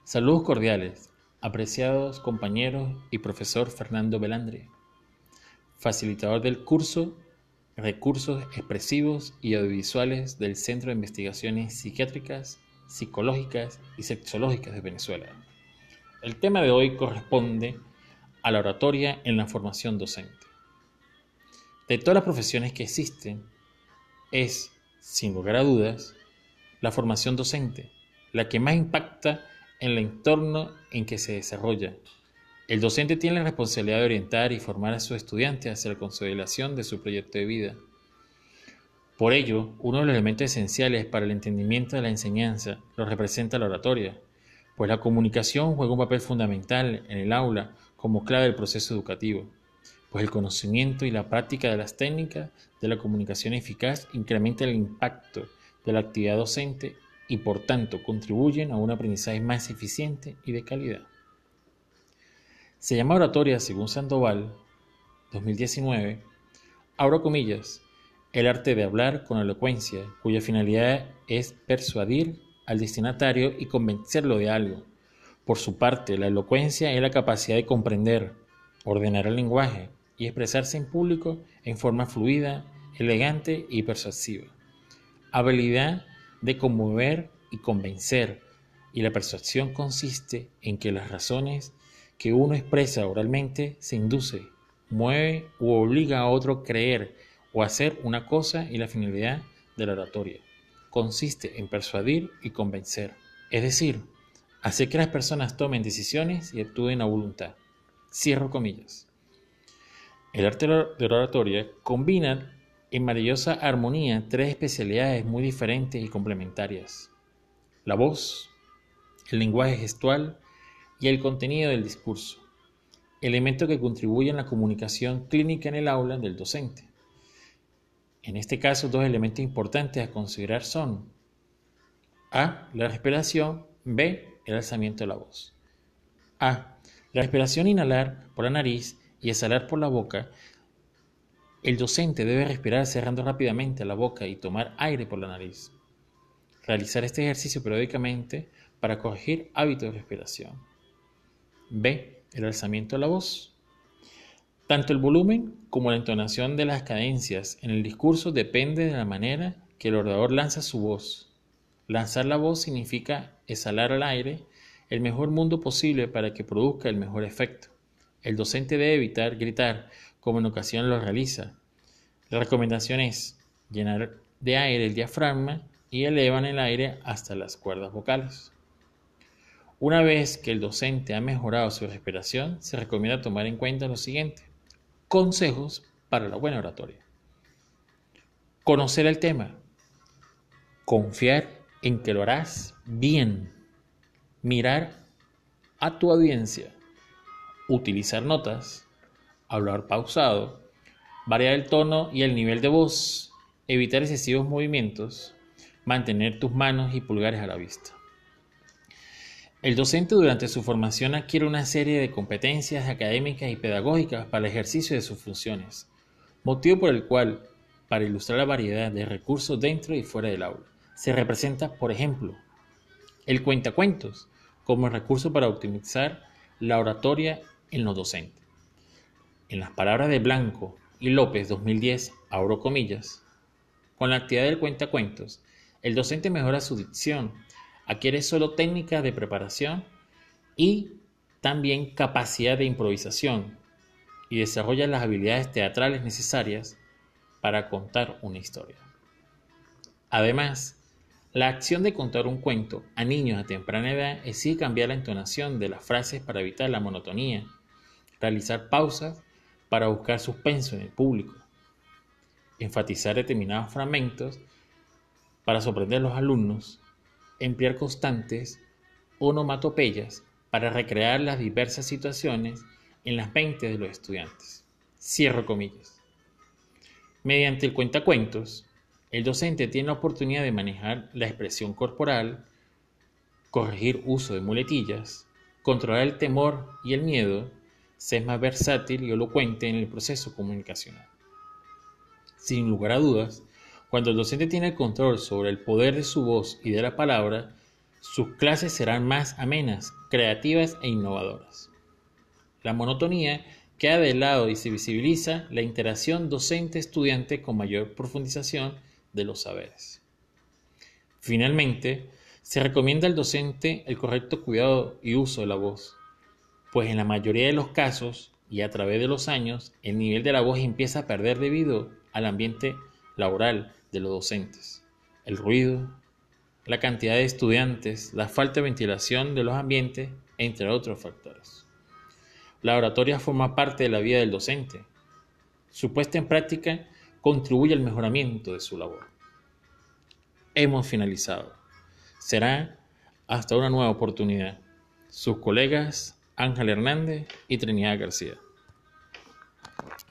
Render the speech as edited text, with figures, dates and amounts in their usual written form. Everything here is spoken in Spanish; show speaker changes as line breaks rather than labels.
Saludos cordiales, apreciados compañeros y profesor Fernando Belandre, facilitador del curso Recursos Expresivos y Audiovisuales del Centro de Investigaciones Psiquiátricas, Psicológicas y Sexológicas de Venezuela. El tema de hoy corresponde a la oratoria en la formación docente. De todas las profesiones que existen, es, sin lugar a dudas, la formación docente, la que más impacta en el entorno en que se desarrolla. El docente tiene la responsabilidad de orientar y formar a sus estudiantes hacia la consolidación de su proyecto de vida. Por ello, uno de los elementos esenciales para el entendimiento de la enseñanza lo representa la oratoria, pues la comunicación juega un papel fundamental en el aula como clave del proceso educativo, pues el conocimiento y la práctica de las técnicas de la comunicación eficaz incrementan el impacto de la actividad docente y por tanto contribuyen a un aprendizaje más eficiente y de calidad. Se llama oratoria, según Sandoval, 2019, abro comillas, el arte de hablar con elocuencia, cuya finalidad es persuadir al destinatario y convencerlo de algo. Por su parte, la elocuencia es la capacidad de comprender, ordenar el lenguaje y expresarse en público en forma fluida, elegante y persuasiva. Habilidad de conmover y convencer, y la persuasión consiste en que las razones que uno expresa oralmente se induce, mueve u obliga a otro a creer o hacer una cosa, y la finalidad de la oratoria consiste en persuadir y convencer, es decir, hacer que las personas tomen decisiones y actúen a voluntad. Cierro comillas. El arte de la oratoria combina en maravillosa armonía tres especialidades muy diferentes y complementarias: la voz, el lenguaje gestual y el contenido del discurso, elementos que contribuyen a la comunicación clínica en el aula del docente. En este caso, dos elementos importantes a considerar son A. La respiración. B. El alzamiento de la voz. A. La respiración: inhalar por la nariz y exhalar por la boca. El docente debe respirar cerrando rápidamente la boca y tomar aire por la nariz. Realizar este ejercicio periódicamente para corregir hábitos de respiración. B. El alzamiento de la voz. Tanto el volumen como la entonación de las cadencias en el discurso depende de la manera que el orador lanza su voz. Lanzar la voz significa exhalar al aire el mejor mundo posible para que produzca el mejor efecto. El docente debe evitar gritar, como en ocasiones lo realiza. La recomendación es llenar de aire el diafragma y elevar el aire hasta las cuerdas vocales. Una vez que el docente ha mejorado su respiración, se recomienda tomar en cuenta lo siguiente: consejos para la buena oratoria. Conocer el tema. Confiar en que lo harás bien. Mirar a tu audiencia. Utilizar notas. Hablar pausado. Variar el tono y el nivel de voz. Evitar excesivos movimientos. Mantener tus manos y pulgares a la vista. El docente durante su formación adquiere una serie de competencias académicas y pedagógicas para el ejercicio de sus funciones, motivo por el cual, para ilustrar la variedad de recursos dentro y fuera del aula, se representa, por ejemplo, el cuentacuentos como recurso para optimizar la oratoria en los docentes. En las palabras de Blanco y López 2010, abro comillas, con la actividad del cuentacuentos, el docente mejora su dicción, adquiere solo técnicas de preparación y también capacidad de improvisación y desarrolla las habilidades teatrales necesarias para contar una historia. Además, la acción de contar un cuento a niños a temprana edad exige cambiar la entonación de las frases para evitar la monotonía, realizar pausas para buscar suspenso en el público, enfatizar determinados fragmentos para sorprender a los alumnos, emplear constantes onomatopeyas para recrear las diversas situaciones en las mentes de los estudiantes. Cierro comillas. Mediante el cuentacuentos, el docente tiene la oportunidad de manejar la expresión corporal, corregir uso de muletillas, controlar el temor y el miedo, ser más versátil y elocuente en el proceso comunicacional. Sin lugar a dudas, cuando el docente tiene el control sobre el poder de su voz y de la palabra, Sus clases serán más amenas, creativas e innovadoras. La monotonía queda de lado y se visibiliza la interacción docente-estudiante con mayor profundización de los saberes. Finalmente, se recomienda al docente el correcto cuidado y uso de la voz, pues en la mayoría de los casos y a través de los años, el nivel de la voz empieza a perder debido al ambiente laboral de los docentes. El ruido, la cantidad de estudiantes, la falta de ventilación de los ambientes, entre otros factores. La oratoria forma parte de la vida del docente. Su puesta en práctica contribuye al mejoramiento de su labor. Hemos finalizado. Será hasta una nueva oportunidad. Sus colegas Ángel Hernández y Trinidad García.